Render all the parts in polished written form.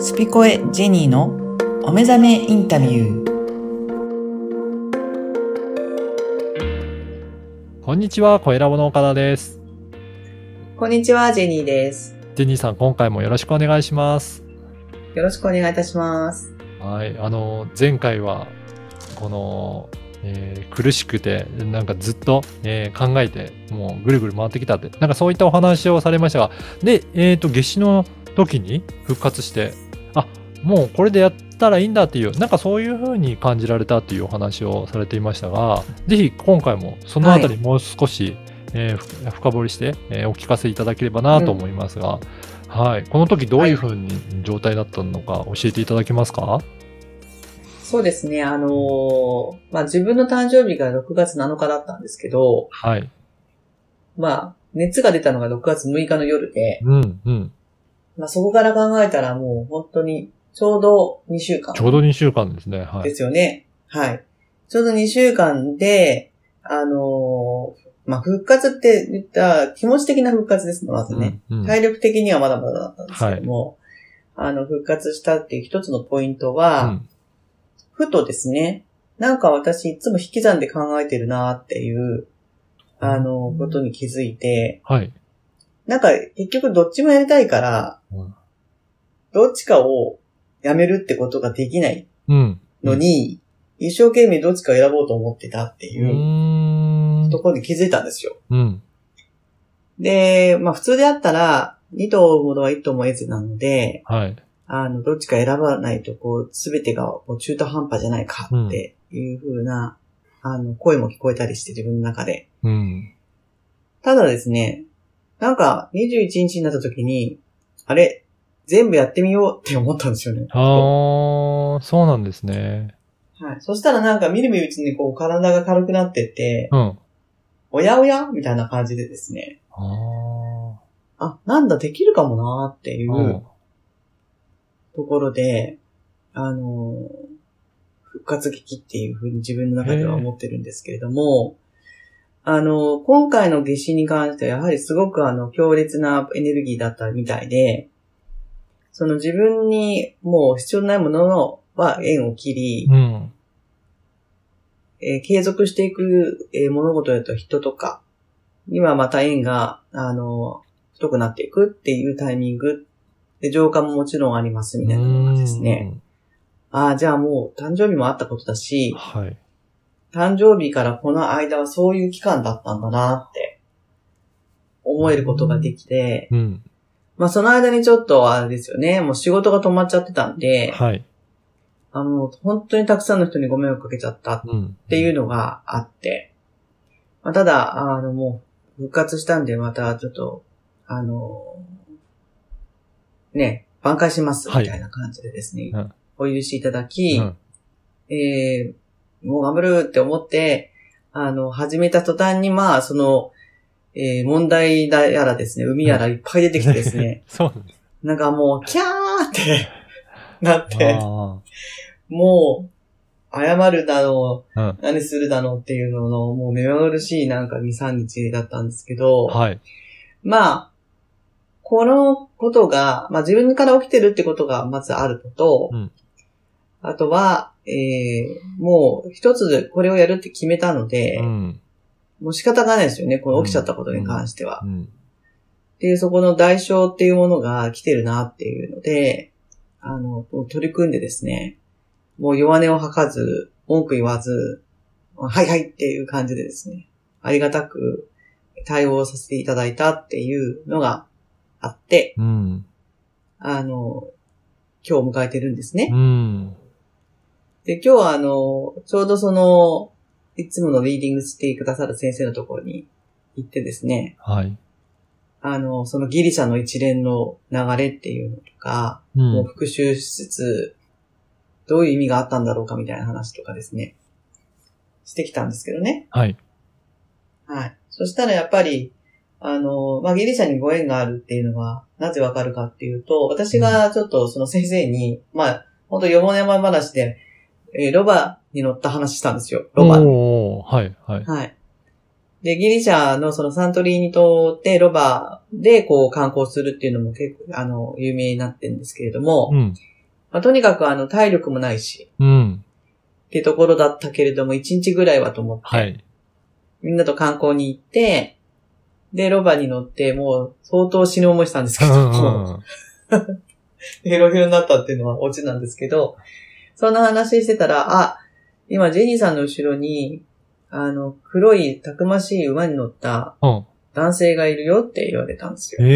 スピコエジェニーのお目覚めインタビュー。 こんにちは、声ラボの岡田です。 こんにちは、ジェニーです。 ジェニーさん、今回もよろしくお願いします。 よろしくお願いいたします。 はい、前回はこの、苦しくてなんかずっと、考えてもうぐるぐる回ってきたってなんかそういったお話をされましたが、で、夏至の時に復活して、もうこれでやったらいいんだっていう、なんかそういう風に感じられたっていうお話をされていましたが、ぜひ今回もそのあたりもう少し、深掘りして、お聞かせいただければなと思いますが、はい、この時どういう風に状態だったのか教えていただけますか？ そうですね、自分の誕生日が6月7日だったんですけど、 はい。 熱が出たのが6月6日の夜で、 うんうん。 そこから考えたらもう本当にちょうど2週間。 ちょうど2週間ですね。はい。 ですよね。はい。ちょうど2週間で、復活って言った気持ち的な復活ですね、まずね。体力的にはまだまだだったんですけども、復活したっていう一つのポイントは、ふとですね、なんか私いつも引き算で考えてるなっていう、ことに気づいて、 はい。 なんか結局どっちもやりたいから、どっちかをやめるってことができないのに、一生懸命どっちかを選ぼうと思ってたっていうところに気づいたんですよ。で、普通であったら、二頭ものは一頭も得ずなので、どっちか選ばないと、すべてが中途半端じゃないかっていう風な、声も聞こえたりして自分の中で。ただですね、なんか21日になった時に、あれ、全部やってみようって思ったんですよね。 そうなんですね。 はい。そしたらなんか見る見るうちに体が軽くなってって、おやおやみたいな感じでですね。なんだできるかもなーっていうところで、復活劇っていう風に自分の中では思ってるんですけれども、今回の夏至に関してはやはりすごく強烈なエネルギーだったみたいで、その自分にもう必要ないものは縁を切り、継続していく、物事やと人とかにはまた縁が、太くなっていくっていうタイミングで浄化ももちろんありますみたいなのがですね。じゃあもう誕生日もあったことだし、誕生日からこの間はそういう期間だったんだなって思えることができて、その間にちょっとあれですよね、もう仕事が止まっちゃってたんで、本当にたくさんの人にご迷惑かけちゃったっていうのがあって、ただ、もう復活したんでまたちょっと、挽回しますみたいな感じでですね、お許しいただき、もう頑張るって思って、始めた途端に問題だやらですね、海やらいっぱい出てきてですね、なんかもう、キャーってなって、もう、謝るだの、何するだのっていうのの、もう目まぐるしいなんか2、3日だったんですけど、このことが、自分から起きてるってことがまずあることと、あとは、もう一つこれをやるって決めたので、もう仕方がないですよね、この起きちゃったことに関しては。っていう、そこの代償っていうものが来てるなっていうので、取り組んでですね、もう弱音を吐かず、文句言わず、はいはいっていう感じでですね、ありがたく対応させていただいたっていうのがあって、今日を迎えてるんですね。で、今日はちょうどいつものリーディングしてくださる先生のところに行ってですね、そのギリシャの一連の流れっていうのとか、もう復習しつつ、どういう意味があったんだろうかみたいな話とかですね、してきたんですけどね。そしたらやっぱり、ギリシャにご縁があるっていうのは、なぜわかるかっていうと、私がちょっとその先生に、ほんとよもやま話で、ロバに乗った話したんですよ。ロバに。で、ギリシャのそのサントリーニ島ってロバで観光するっていうのも結構、有名になってるんですけれども、 まあ、とにかく体力もないし、 うん。 ってところだったけれども、1日ぐらいはと思って、 はい。 みんなと観光に行って、で、ロバに乗って、もう相当死ぬ思いしたんですけども、ヘロヘロになったっていうのはオチなんですけど、そんな話してたら、あ、今ジェニーさんの後ろに、黒いたくましい馬に乗った男性がいるよって言われたんですよ。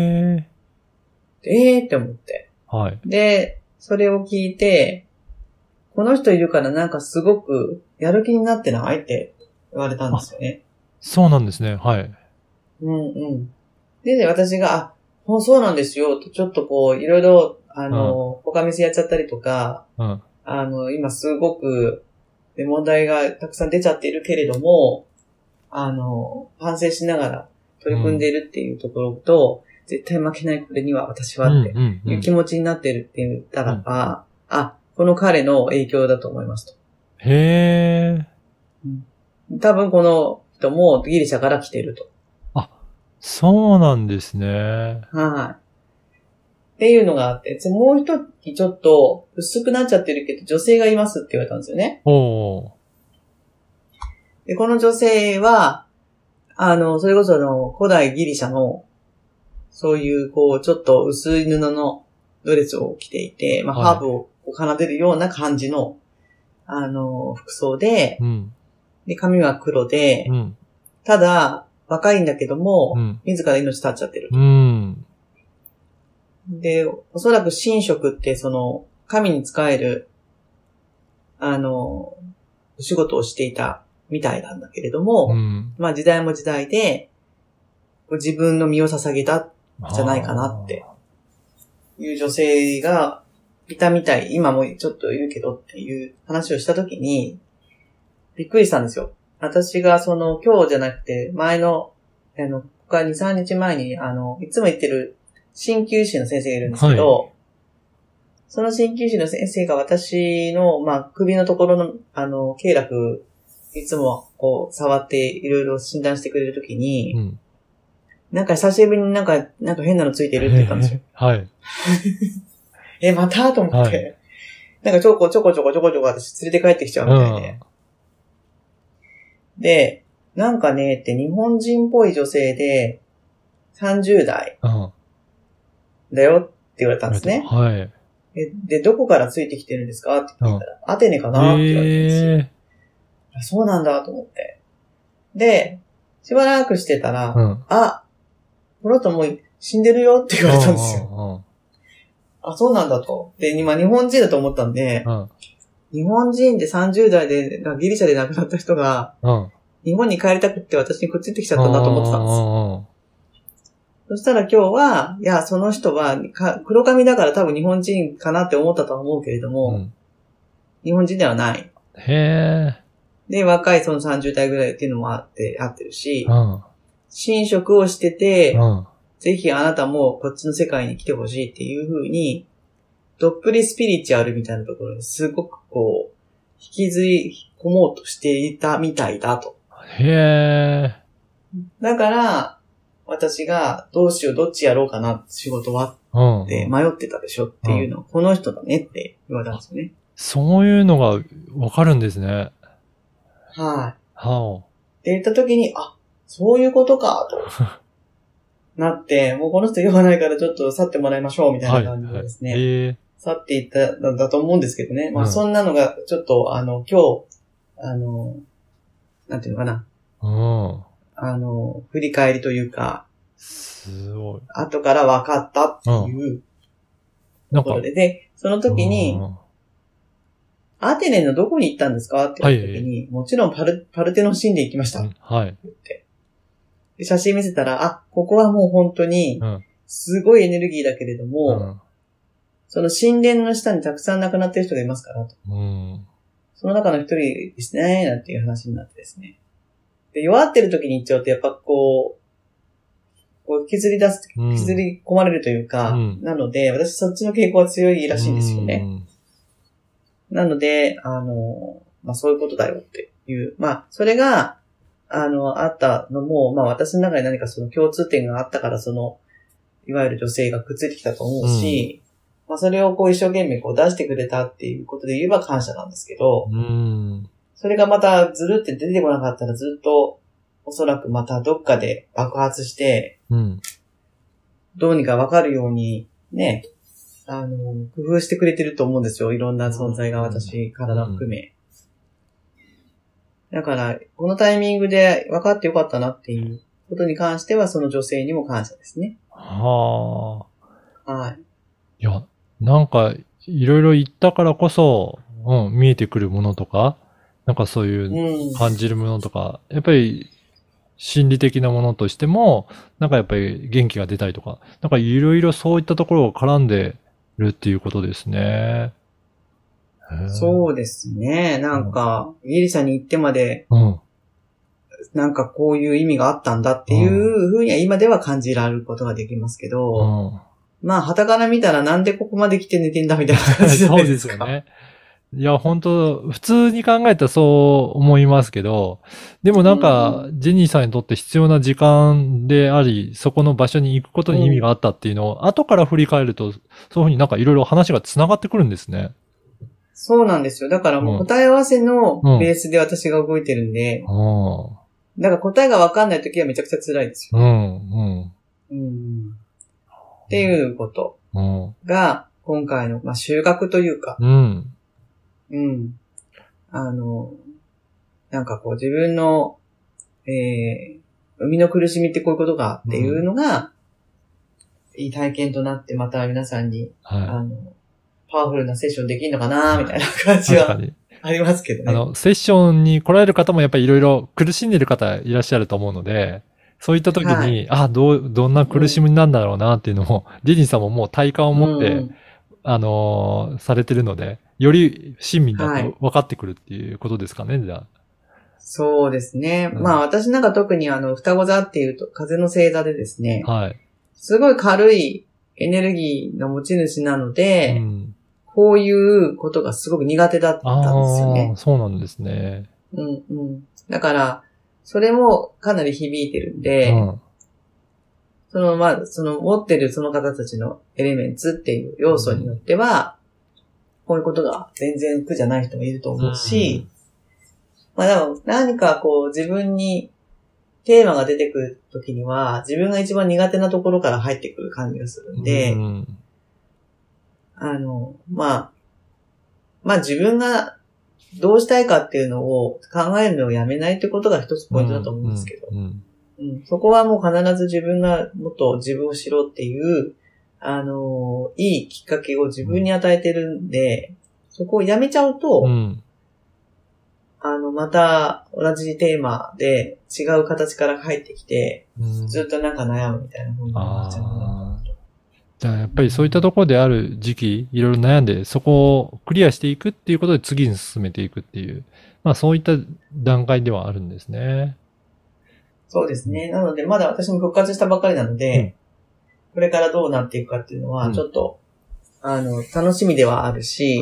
って思って。 はい。 で、それを聞いて、この人いるからなんかすごくやる気になってないって言われたんですよね。 そうなんですね。はい。 うんうん。で、私が、そうなんですよ、とちょっとこう、いろいろ、ポカミスやっちゃったりとか、今すごく、問題がたくさん出ちゃっているけれども、反省しながら取り組んでいるっていうところと、絶対負けないこれには私はっていう気持ちになっているって言ったらば、この彼の影響だと思いますと。 へー。多分この人もギリシャから来ていると。 そうなんですね。 はい。っていうのがあって、もう一人ちょっと薄くなっちゃってるけど女性がいますって言われたんですよね。で、この女性は、それこそ古代ギリシャの、そういう、こう、ちょっと薄い布のドレスを着ていて、まあ、ハーブを奏でるような感じの、服装で、で、髪は黒で、ただ、若いんだけども、自ら命絶っちゃってる。で、おそらく神職って神に仕える、お仕事をしていたみたいなんだけれども、まあ時代も時代で、自分の身を捧げたんじゃないかなっていう女性がいたみたい、今もちょっといるけどっていう話をしたときに、びっくりしたんですよ。私が今日じゃなくて、前の、ここから2、3日前に、いつも言ってる鍼灸師の先生がいるんですけど、その鍼灸師の先生が私の、まあ、首のところの、経絡、いつもこう、触っていろいろ診断してくれるときに、なんか久しぶりになんか変なのついてるって言ったんですよ。 はい。 またと思って、なんかちょこちょこ私連れて帰ってきちゃうみたいで。で、なんかね、って日本人っぽい女性で、30代。だよって言われたんですね。 はい。 で、どこからついてきてるんですかって聞いたら、アテネかなって言われたんですよ。そうなんだと思って。で、しばらくしてたら、この人もう死んでるよって言われたんですよ。そうなんだと。で、今日本人だと思ったんで、日本人で30代でギリシャで亡くなった人が、日本に帰りたくって私にくっついてきちゃったんだと思ってたんです。そしたら今日は、いや、その人は黒髪だから多分日本人かなって思ったとは思うけれども、日本人ではない。で、若いその30代ぐらいっていうのも合ってるし、神職をしてて、ぜひあなたもこっちの世界に来てほしいっていう風に、どっぷりスピリチュアルみたいなところにすごくこう、引きずり込もうとしていたみたいだと。だから、私がどうしようどっちやろうかな仕事はって迷ってたでしょっていうのをこの人だねって言われたんですよね。 そういうのがわかるんですね。 はい。って言った時に、そういうことかとなって、もうこの人言わないからちょっと去ってもらいましょうみたいな感じでですね。去っていったんだと思うんですけどね。まあそんなのがちょっと今日、なんていうのかな。振り返りというか、 すごい。 後から分かったっていうところで、で、その時に、アテネのどこに行ったんですかって言った時に、もちろんパルテノ神殿行きました。 はい。 言ってで写真見せたら、ここはもう本当に、すごいエネルギーだけれども、その神殿の下にたくさん亡くなってる人がいますからと。その中の一人ですね、なんていう話になってですね。で、弱ってる時に行っちゃうと、やっぱこう引きずり込まれるというか、なので、私そっちの傾向は強いらしいんですよね。なので、まあそういうことだよっていう。まあ、それが、あったのも、まあ私の中に何かその共通点があったから、いわゆる女性がくっついてきたと思うし、 まあそれをこう一生懸命こう出してくれたっていうことで言えば感謝なんですけど、それがまたずるって出てこなかったらずっとおそらくまたどっかで爆発して、どうにかわかるようにね、工夫してくれてると思うんですよ。いろんな存在が私、体含め。だから、このタイミングで分かってよかったなっていうことに関しては、その女性にも感謝ですね。 はあ。はい。 いや、なんか、いろいろ言ったからこそ、見えてくるものとか、なんかそういう感じるものとか、やっぱり心理的なものとしても、なんかやっぱり元気が出たりとか、なんかいろいろそういったところが絡んでるっていうことですね。 そうですね。なんか、ギリシャに行ってまで、なんかこういう意味があったんだっていうふうには今では感じられることができますけど、まあ、傍から見たらなんでここまで来て寝てんだみたいな感じじゃないですか。 そうですよね。いや、本当普通に考えたらそう思いますけど、でもなんか、ジェニーさんにとって必要な時間であり、そこの場所に行くことに意味があったっていうのを、後から振り返ると、そういうふうになんかいろいろ話が繋がってくるんですね。 そうなんですよ。だからもう答え合わせのベースで私が動いてるんで、だから答えがわかんないときはめちゃくちゃ辛いですよ。っていうことが、今回の、まあ、収穫というか、なんかこう自分の、生みの苦しみってこういうことかっていうのが、いい体験となってまた皆さんに、パワフルなセッションできるのかなみたいな感じはありますけどね。 セッションに来られる方もやっぱりいろいろ苦しんでる方いらっしゃると思うので、そういった時に、どんな苦しみなんだろうなっていうのも、ジェニーさんももう体感を持って、されてるので、より親身だと分かってくるっていうことですかね、じゃあ。 そうですね。まあ私なんか特に双子座っていうと風の星座でですね、すごい軽いエネルギーの持ち主なので、こういうことがすごく苦手だったんですよね。 そうなんですね。 だから、それもかなり響いてるんで、その持ってるその方たちのエレメンツっていう要素によっては、こういうことが全然苦じゃない人もいると思うし、まあでも何かこう自分にテーマが出てくるときには、自分が一番苦手なところから入ってくる感じがするんで、まあ自分がどうしたいかっていうのを考えるのをやめないってことが一つポイントだと思うんですけど、そこはもう必ず自分がもっと自分を知ろうっていう、いいきっかけを自分に与えてるんで、そこをやめちゃうと、また同じテーマで違う形から入ってきて、ずっとなんか悩むみたいな風になっちゃうなと。 じゃあやっぱりそういったところである時期、いろいろ悩んで、そこをクリアしていくっていうことで次に進めていくっていう、まあそういった段階ではあるんですね。 そうですね。なのでまだ私も復活したばかりなので、これからどうなっていくかっていうのは、ちょっと、楽しみではあるし、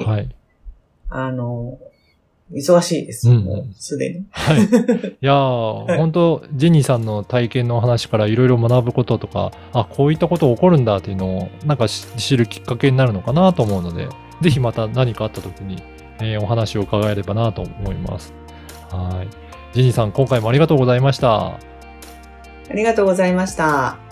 忙しいです。もう、すでに。 いやー、本当ジェニーさんの体験の話からいろいろ学ぶこととか、こういったこと起こるんだっていうのを、なんか知るきっかけになるのかなと思うので、ぜひまた何かあった時に、お話を伺えればなと思います。ジェニーさん、今回もありがとうございました。 ありがとうございました。